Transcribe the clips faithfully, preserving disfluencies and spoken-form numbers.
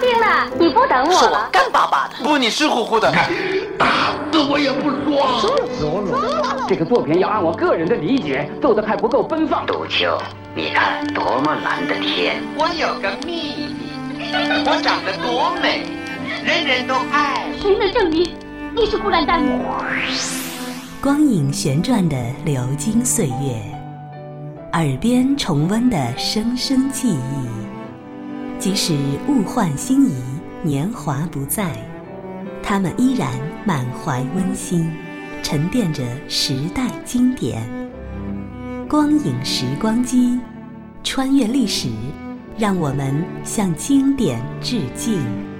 兵了，你不等我？ 是我干巴巴的， 不，你湿乎乎的。 打死我也不说。 说说说，这个作品要按我个人的理解做得还不够奔放。 杜秋，你看多么蓝的天！ 我有个秘密，我长得多美，人人都爱。 谁能证明你是孤兰丹？ 光影旋转的流金岁月，耳边重温的声声记忆，即使物换星移，年华不在，他们依然满怀温馨，沉淀着时代经典。光影时光机，穿越历史，让我们向经典致敬。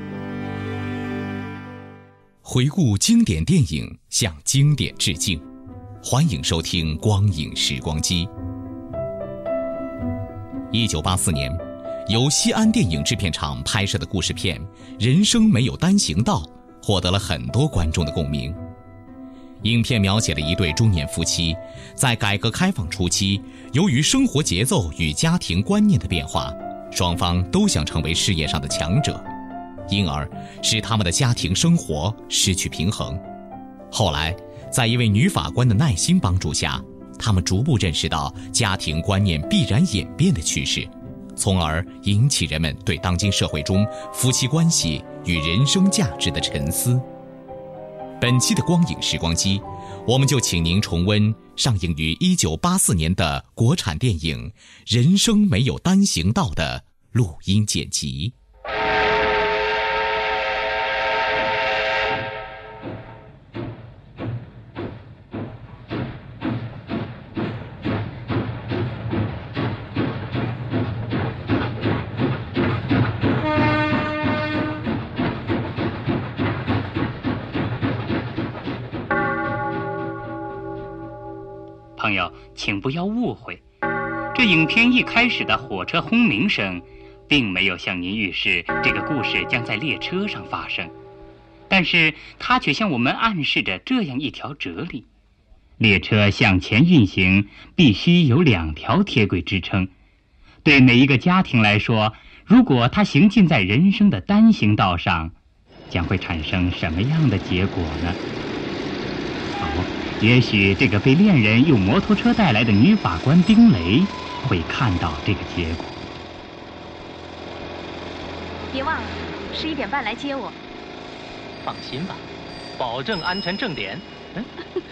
回顾经典电影，向经典致敬。欢迎收听光影时光机。一九八四年，由西安电影制片厂拍摄的故事片《人生没有单行道》获得了很多观众的共鸣。影片描写了一对中年夫妻，在改革开放初期，由于生活节奏与家庭观念的变化，双方都想成为事业上的强者，因而使他们的家庭生活失去平衡。后来，在一位女法官的耐心帮助下，他们逐步认识到家庭观念必然演变的趋势，从而引起人们对当今社会中夫妻关系与人生价值的沉思。本期的光影时光机，我们就请您重温上映于一九八四年的国产电影《人生没有单行道》的录音剪辑。 朋友，请不要误会，这影片一开始的火车轰鸣声，并没有向您预示这个故事将在列车上发生，但是它却向我们暗示着这样一条哲理：列车向前运行，必须有两条铁轨支撑。对每一个家庭来说，如果它行进在人生的单行道上，将会产生什么样的结果呢？好，也许这个被恋人用摩托车带来的女法官丁雷会看到这个结果。 别忘了十一点半来接我。 放心吧，保证安全正点。嗯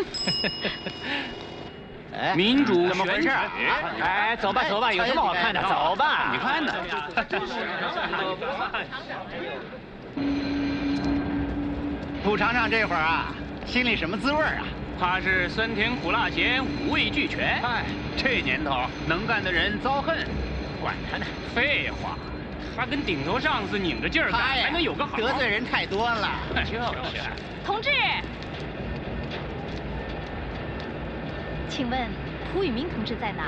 哎， 民主怎么回事？ 哎，走吧走吧，有什么好看的？走吧， 你看呢？蒲厂长这会儿啊，心里什么滋味啊？ 他是酸甜苦辣咸，五味俱全。 哎，这年头能干的人遭恨，管他呢。 废话，他跟顶头上司拧着劲儿干，还能有个好？ 得罪人太多了。 就是。 同志，请问蒲宇明同志在哪？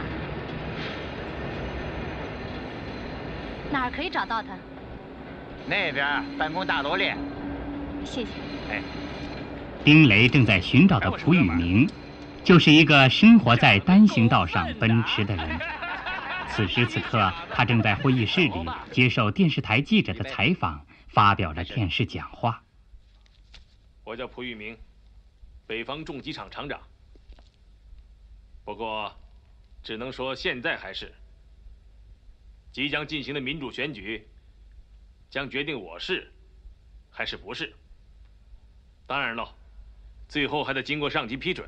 哪儿可以找到他？ 那边办公大楼里。 谢谢。 哎。 丁雷正在寻找的蒲宇明，就是一个生活在单行道上奔驰的人。此时此刻，他正在会议室里接受电视台记者的采访，发表着电视讲话。 我叫蒲宇明，北方重机厂厂长。不过，只能说现在还是。即将进行的民主选举，将决定我是还是不是。当然了。最后还得经过上级批准。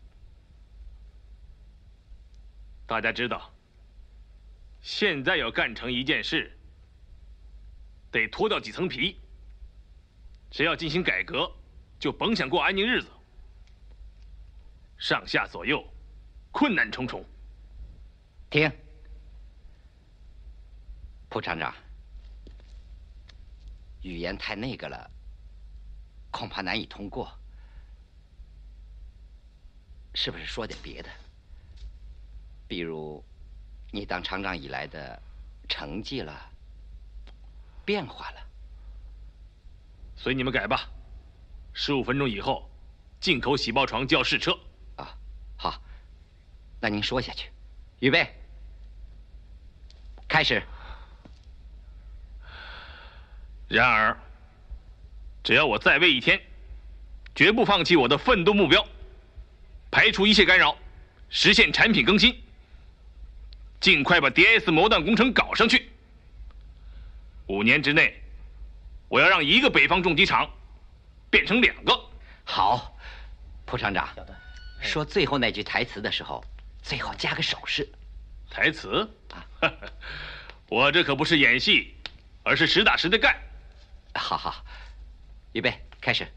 大家知道，现在要干成一件事，得脱掉几层皮。谁要进行改革，就甭想过安宁日子。上下左右，困难重重。 停，蒲厂长，语言太那个了，恐怕难以通过。是不是说点别的？比如，你当厂长以来的成绩了，变化了。 随你们改吧。十五分钟以后，进口洗包床就要试车。 啊，好，那您说下去。预备，开始。 然而，只要我在位一天，绝不放弃我的奋斗目标，排除一切干扰，实现产品更新，尽快把 D S 模段工程搞上去。五年之内，我要让一个北方重机厂变成两个。 好，蒲厂长，说最后那句台词的时候，最后加个手势。 台词啊，我这可不是演戏，而是实打实的干。 好好，预备，开始。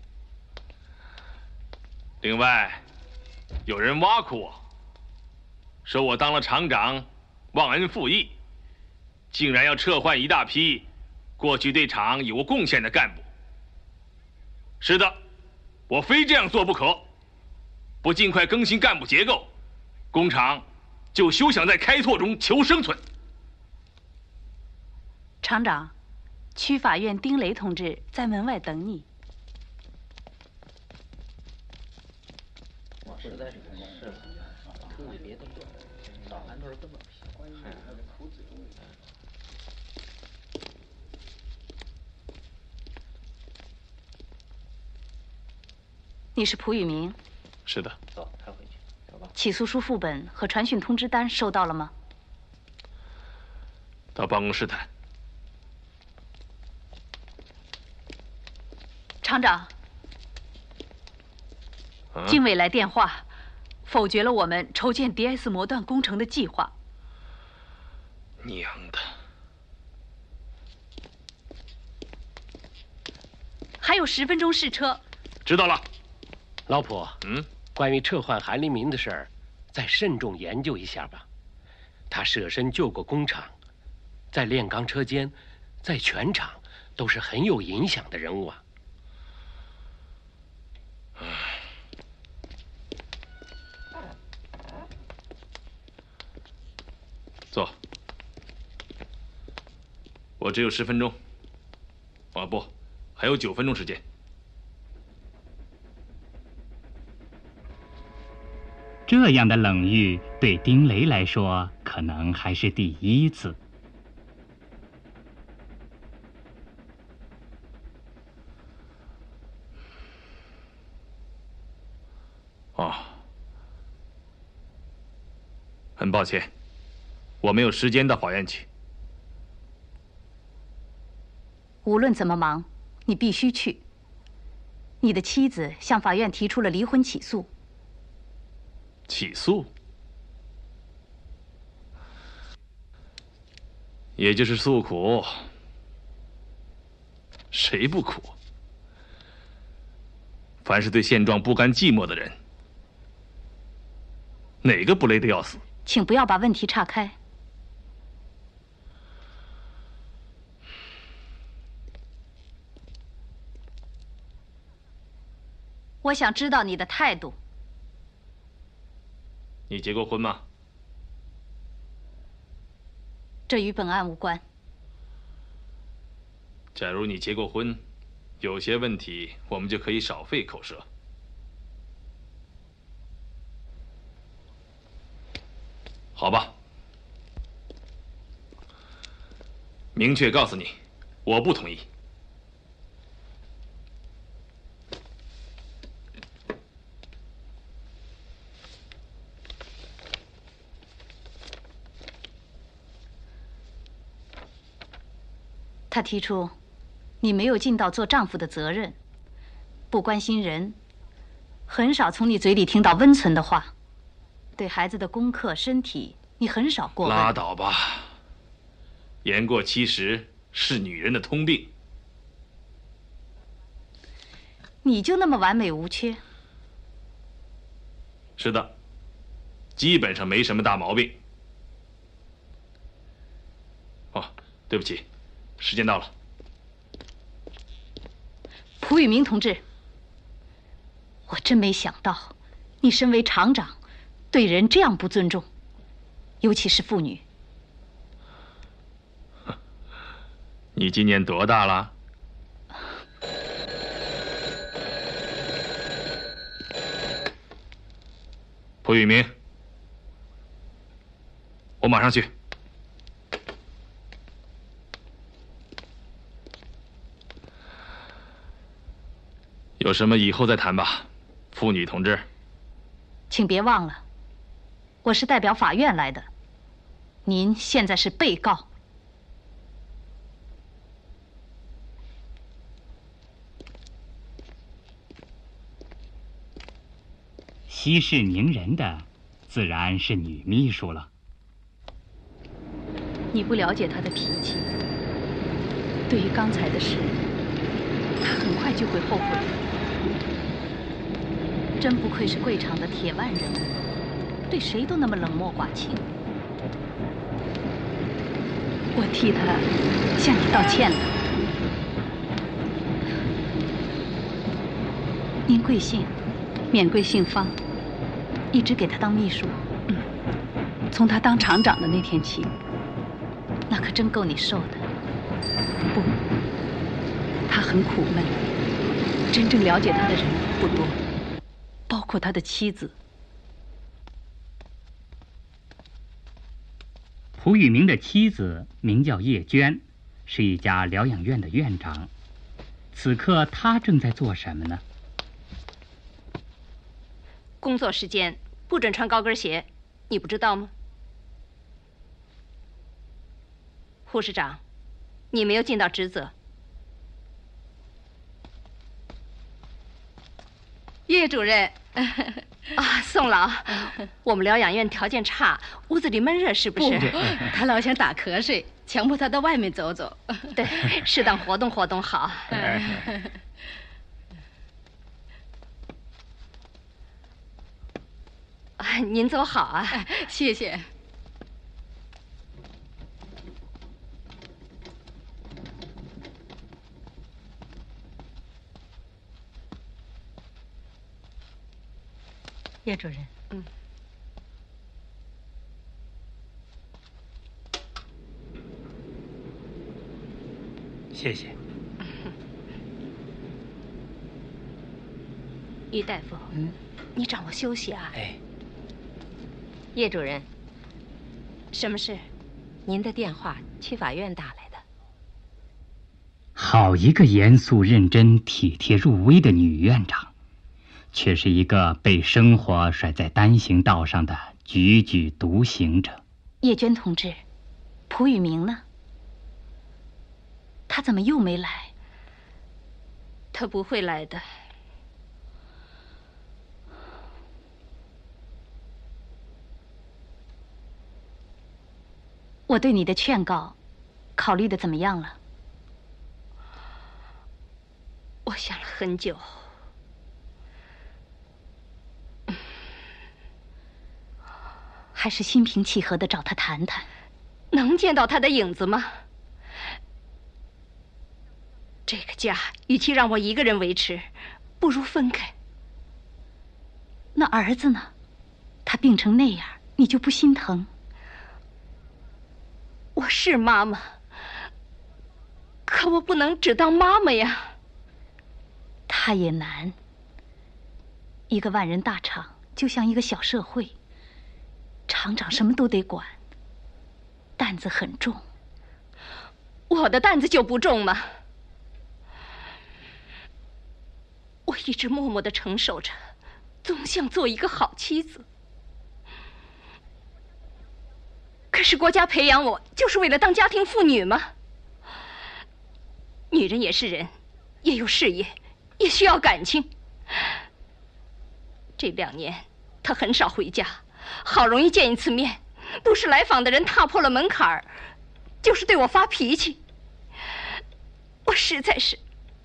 另外，有人挖苦我，说我当了厂长，忘恩负义，竟然要撤换一大批过去对厂有过贡献的干部。是的，我非这样做不可。不尽快更新干部结构，工厂就休想在开拓中求生存。 厂长，区法院丁雷同志在门外等你。 我实在是不是特别的热，早饭都是这么皮。 你是蒲宇明？ 是的。 走，开回去，走吧。 起诉书副本和传讯通知单收到了吗？ 到办公室谈。 厂长， 啊、 经纬来电话，否决了我们筹建 D S 模段工程的计划。 娘的！ 还有十分钟试车。 知道了。 老普， 嗯， 关于撤换韩黎明的事儿，再慎重研究一下吧。他舍身救过工厂，在炼钢车间，在全厂都是很有影响的人物啊。 坐。我只有十分钟。啊，不，还有九分钟时间。 这样的冷遇对丁雷来说，可能还是第一次。 哦，很抱歉，我没有时间到法院去。 无论怎么忙，你必须去。你的妻子向法院提出了离婚起诉。 起诉？也就是诉苦。谁不苦？凡是对现状不甘寂寞的人，哪个不累得要死？ 请不要把问题岔开。我想知道你的态度。 你结过婚吗？ 这与本案无关。 假如你结过婚，有些问题我们就可以少费口舌。好吧，明确告诉你，我不同意。 他提出，你没有尽到做丈夫的责任，不关心人，很少从你嘴里听到温存的话，对孩子的功课、身体，你很少过问。 拉倒吧，言过其实是女人的通病。 你就那么完美无缺？ 是的，基本上没什么大毛病。哦，对不起。时间到了， 蒲宇明同志，我真没想到，你身为厂长，对人这样不尊重，尤其是妇女。 你今年多大了？蒲宇明，我马上去。 有什么以后再谈吧，妇女同志。 请别忘了，我是代表法院来的，您现在是被告。 息事宁人的，自然是女秘书了。 你不了解她的脾气，对于刚才的事，她很快就会后悔的。真不愧是贵厂的铁腕人物，对谁都那么冷漠寡情。我替她向你道歉了。您贵姓？免贵姓方。一直给他当秘书，嗯，从他当厂长的那天起，那可真够你受的。不，他很苦闷，真正了解他的人不多，包括他的妻子。 蒲聿明的妻子名叫叶娟，是一家疗养院的院长。此刻他正在做什么呢？ 工作时间不准穿高跟鞋，你不知道吗？护士长，你没有尽到职责。 叶主任， 啊，宋老，我们疗养院条件差，屋子里闷热，是不是？ 不，他老想打瞌睡，强迫他到外面走走。 对，适当活动活动好。您走好啊！ 谢谢。叶主任， 嗯， 谢谢。 于大夫，嗯，你找我休息啊。 哎。 叶主任，什么事？您的电话，区法院打来的。 好一个严肃认真、体贴入微的女院长，却是一个被生活甩在单行道上的踽踽独行者。 叶娟同志，蒲聿明呢？他怎么又没来？ 他不会来的。 我对你的劝告，考虑的怎么样了？ 我想了很久， 还是心平气和的找他谈谈。 能见到他的影子吗？这个家，与其让我一个人维持，不如分开。 那儿子呢？他病成那样，你就不心疼？ 我是妈妈，可我不能只当妈妈呀。 他也难。一个万人大厂就像一个小社会，厂长什么都得管，担子很重。 我的担子就不重吗？我一直默默地承受着，总想做一个好妻子。可是国家培养我，就是为了当家庭妇女吗？女人也是人，也有事业，也需要感情。这两年，她很少回家，好容易见一次面，不是来访的人踏破了门槛儿，就是对我发脾气。我实在是……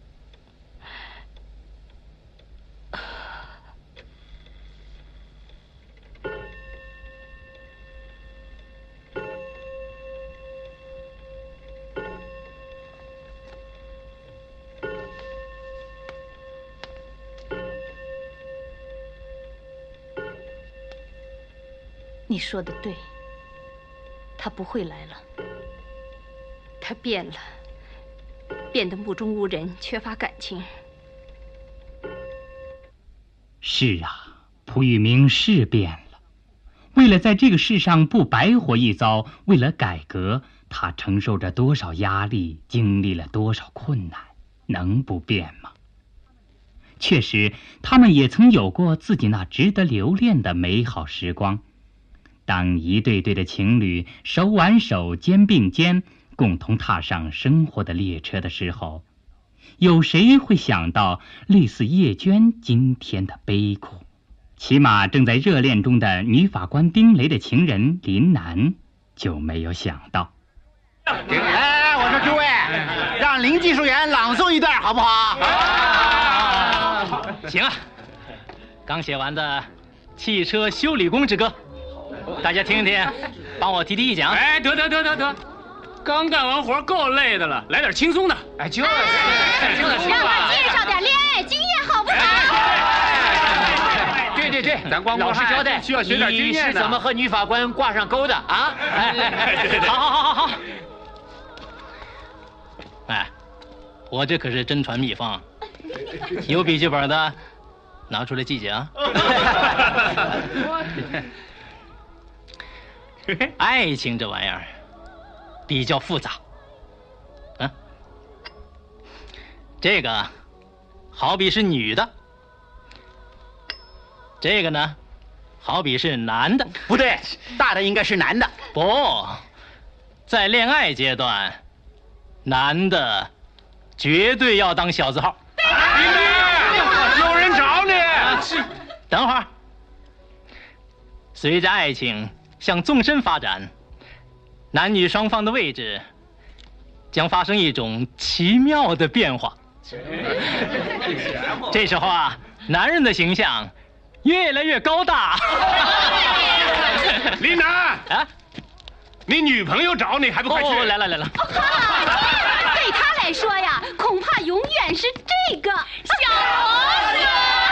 你说的对，他不会来了。 他变了，变得目中无人，缺乏感情。 是啊，蒲聿明是变了。为了在这个世上不白活一遭，为了改革，他承受着多少压力，经历了多少困难，能不变吗？ 确实，他们也曾有过自己那值得留恋的美好时光。当一对对的情侣手挽手、肩并肩，共同踏上生活的列车的时候，有谁会想到类似叶娟今天的悲苦？起码正在热恋中的女法官丁雷的情人林楠就没有想到。 来来来，我说诸位，让林技术员朗诵一段好不好？ 行啊，刚写完的《汽车修理工之歌》，大家听一听，帮我提提意见啊！ 哎，得得得得得，刚干完活够累的了，来点轻松的。 哎，就是， 让他介绍点恋爱经验好不好？ 对对对， 咱光老实交代， 需要学点经验的。 你是怎么和女法官挂上钩的啊？哎，好好好好好。哎，我这可是真传秘方，有笔记本的拿出来记记啊。爱情这玩意儿比较复杂，啊，这个好比是女的，这个呢好比是男的。 不对，大的应该是男的。 不，在恋爱阶段，男的绝对要当小字号。 有人找你。 是，等会儿。随着爱情向纵深发展，男女双方的位置将发生一种奇妙的变化。这时候啊，男人的形象越来越高大。 林楠啊，你女朋友找你还不快去？ 哦，来了来了。 对他来说呀，恐怕永远是这个小猴子。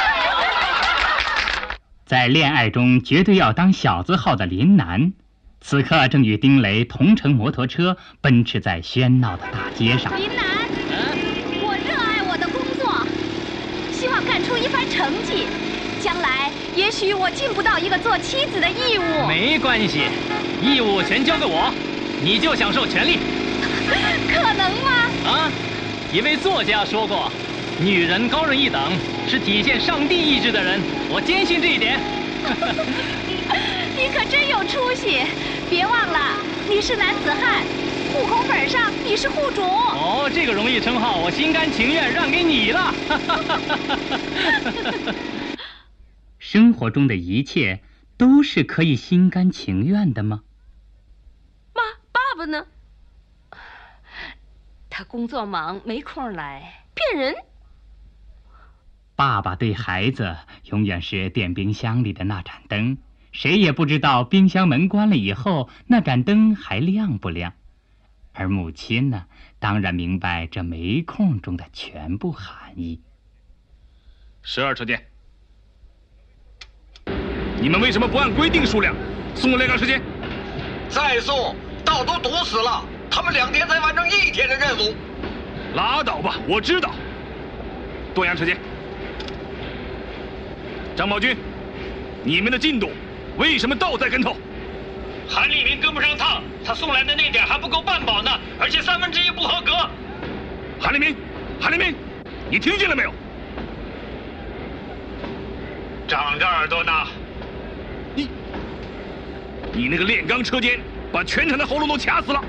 在恋爱中绝对要当小字号的林楠，此刻正与丁雷同乘摩托车奔驰在喧闹的大街上。 林楠，我热爱我的工作，希望干出一番成绩。将来也许我尽不到一个做妻子的义务。 没关系，义务全交给我，你就享受权利。 可能吗？ 啊，一位作家说过，女人高人一等，是体现上帝意志的人。我坚信这一点。 你可真有出息！别忘了，你是男子汉，户口本上你是户主。 哦，这个荣誉称号我心甘情愿让给你了。 生活中的一切都是可以心甘情愿的吗？ 妈，爸爸呢？他工作忙，没空来。骗人！ 爸爸对孩子永远是电冰箱里的那盏灯，谁也不知道冰箱门关了以后那盏灯还亮不亮。而母亲呢，当然明白这没空中的全部含义。 十二车间，你们为什么不按规定数量送炼钢车间？ 再送，道都堵死了。他们两天才完成一天的任务。 拉倒吧，我知道。东阳车间，张宝军，你们的进度为什么倒栽跟头？ 韩立民跟不上趟，他送来的那点还不够半饱呢，而且三分之一不合格。 韩立民，韩立民，你听见了没有？ 长着耳朵呢。 你，你那个炼钢车间把全场的喉咙都卡死了。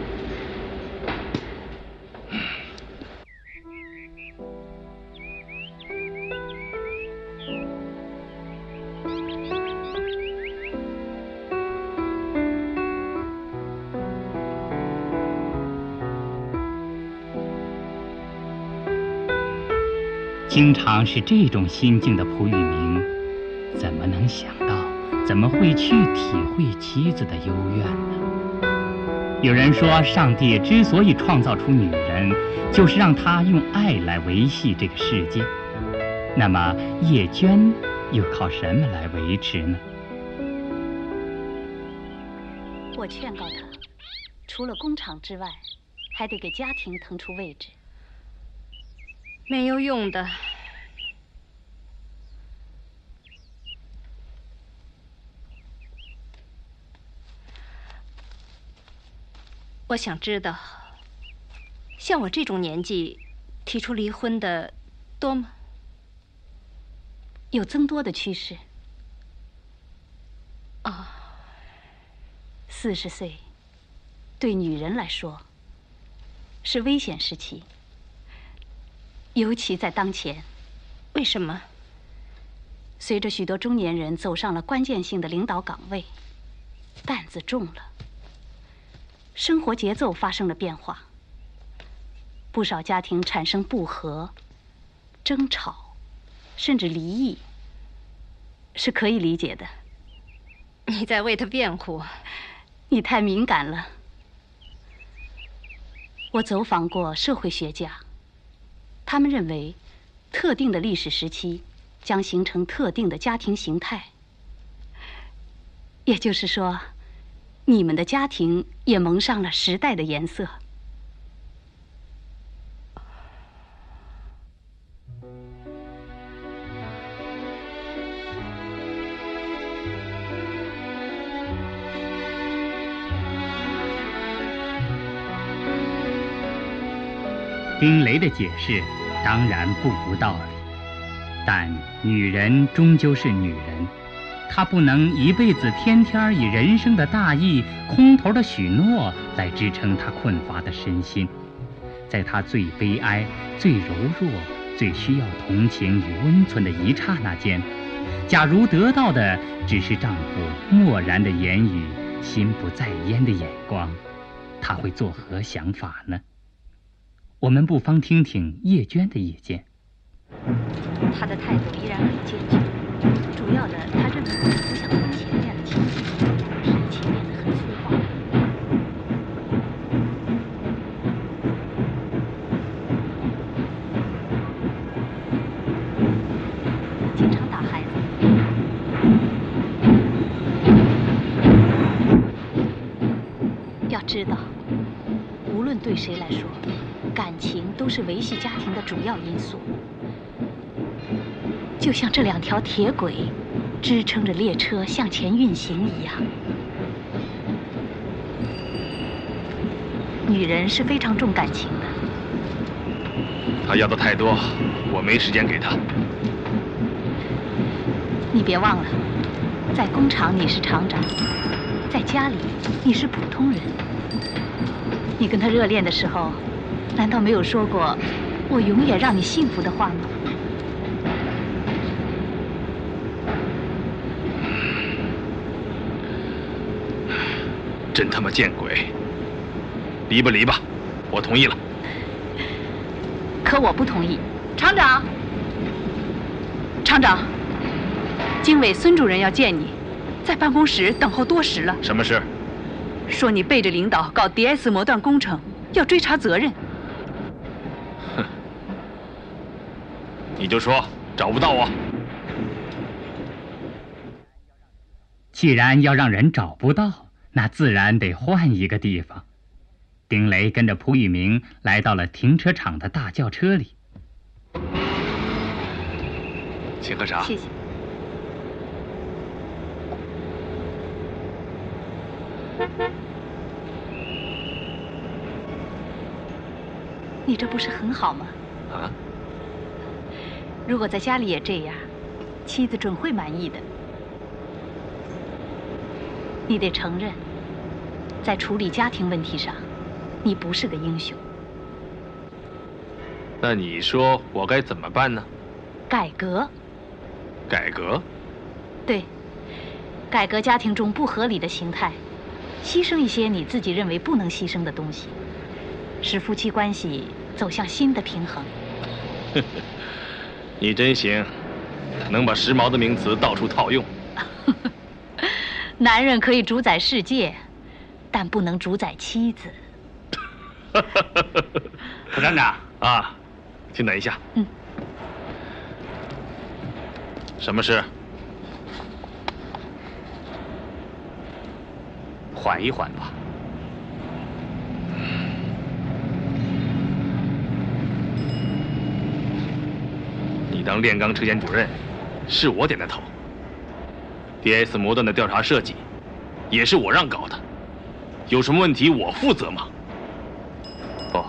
经常是这种心境的蒲聿明，怎么能想到，怎么会去体会妻子的幽怨呢？有人说，上帝之所以创造出女人，就是让她用爱来维系这个世界。那么叶娟又靠什么来维持呢？ 我劝告他，除了工厂之外，还得给家庭腾出位置。 没有用的。我想知道，像我这种年纪提出离婚的多吗？ 有增多的趋势。 哦， 四十岁，对女人来说是危险时期，尤其在当前。 为什么？ 随着许多中年人走上了关键性的领导岗位，担子重了，生活节奏发生了变化，不少家庭产生不和、争吵，甚至离异，是可以理解的。 你在为他辩护？ 你太敏感了。我走访过社会学家，他们认为，特定的历史时期将形成特定的家庭形态。也就是说，你们的家庭也蒙上了时代的颜色。 丁雷的解释当然不无道理，但女人终究是女人，她不能一辈子天天以人生的大义、空头的许诺来支撑她困乏的身心。在她最悲哀、最柔弱、最需要同情与温存的一刹那间，假如得到的只是丈夫漠然的言语、心不在焉的眼光，她会作何想法呢？我们不妨听听叶娟的意见。 他的态度依然很坚决，主要的，他认为我们不想做前面的情绪，脾气变得很粗暴。经常打孩子。要知道，无论对谁来说，感情都是维系家庭的主要因素，就像这两条铁轨支撑着列车向前运行一样。女人是非常重感情的。 她要的太多，我没时间给她。 你别忘了，在工厂你是厂长，在家里你是普通人。你跟她热恋的时候，难道没有说过“我永远让你幸福”的话吗？ 真他妈见鬼！离吧离吧，我同意了。 可我不同意，厂长。厂长，经纬孙主任要见你，在办公室等候多时了。 什么事？ 说你背着领导搞 D S 模段工程，要追查责任。 哼，你就说找不到我。 既然要让人找不到，那自然得换一个地方。丁雷跟着蒲聿明来到了停车场的大轿车里。 请喝茶。 谢谢。你这不是很好吗？ 啊？ 如果在家里也这样，妻子准会满意的。你得承认，在处理家庭问题上，你不是个英雄。 那你说我该怎么办呢？ 改革。 改革？ 对，改革家庭中不合理的形态，牺牲一些你自己认为不能牺牲的东西，使夫妻关系走向新的平衡。 你真行，能把时髦的名词到处套用。 男人可以主宰世界，但不能主宰妻子。 蒲站长啊，请等一下。 嗯。 什么事？ 缓一缓吧。 你当炼钢车间主任，是我点的头。D S 模段的调查设计，也是我让搞的，有什么问题我负责吗？ 不，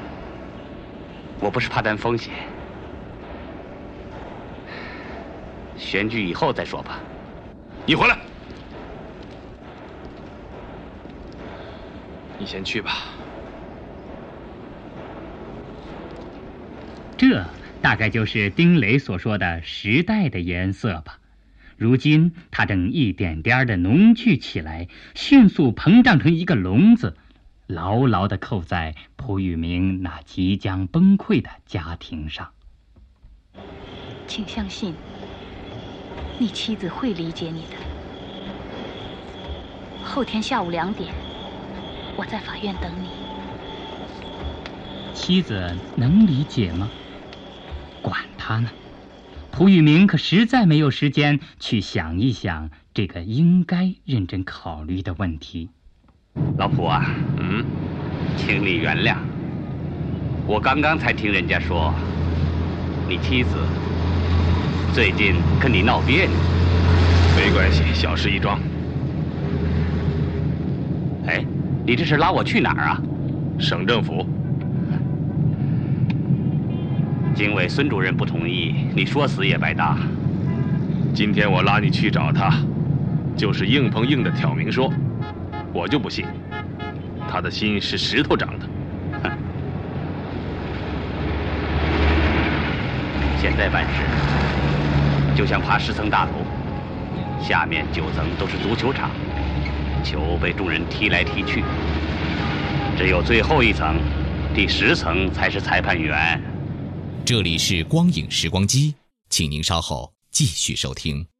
我不是怕担风险， 选举以后再说吧。 你回来，你先去吧。 这大概就是丁磊所说的时代的颜色吧。如今它正一点点的浓聚起来，迅速膨胀成一个笼子，牢牢地扣在蒲聿明那即将崩溃的家庭上。 请相信，你妻子会理解你的。后天下午两点，我在法院等你。 妻子能理解吗？管他呢，蒲聿明可实在没有时间去想一想这个应该认真考虑的问题。 老蒲啊，嗯，请你原谅，我刚刚才听人家说，你妻子最近跟你闹别扭。 没关系，小事一桩。 哎，你这是拉我去哪儿啊？ 省政府。 经委孙主任不同意，你说死也白搭。 今天我拉你去找他，就是硬碰硬的挑明说，我就不信，他的心是石头长的。 哼，现在办事就像爬十层大楼，下面九层都是足球场，球被众人踢来踢去，只有最后一层，第十层才是裁判员。 这里是光影时光机，请您稍后继续收听。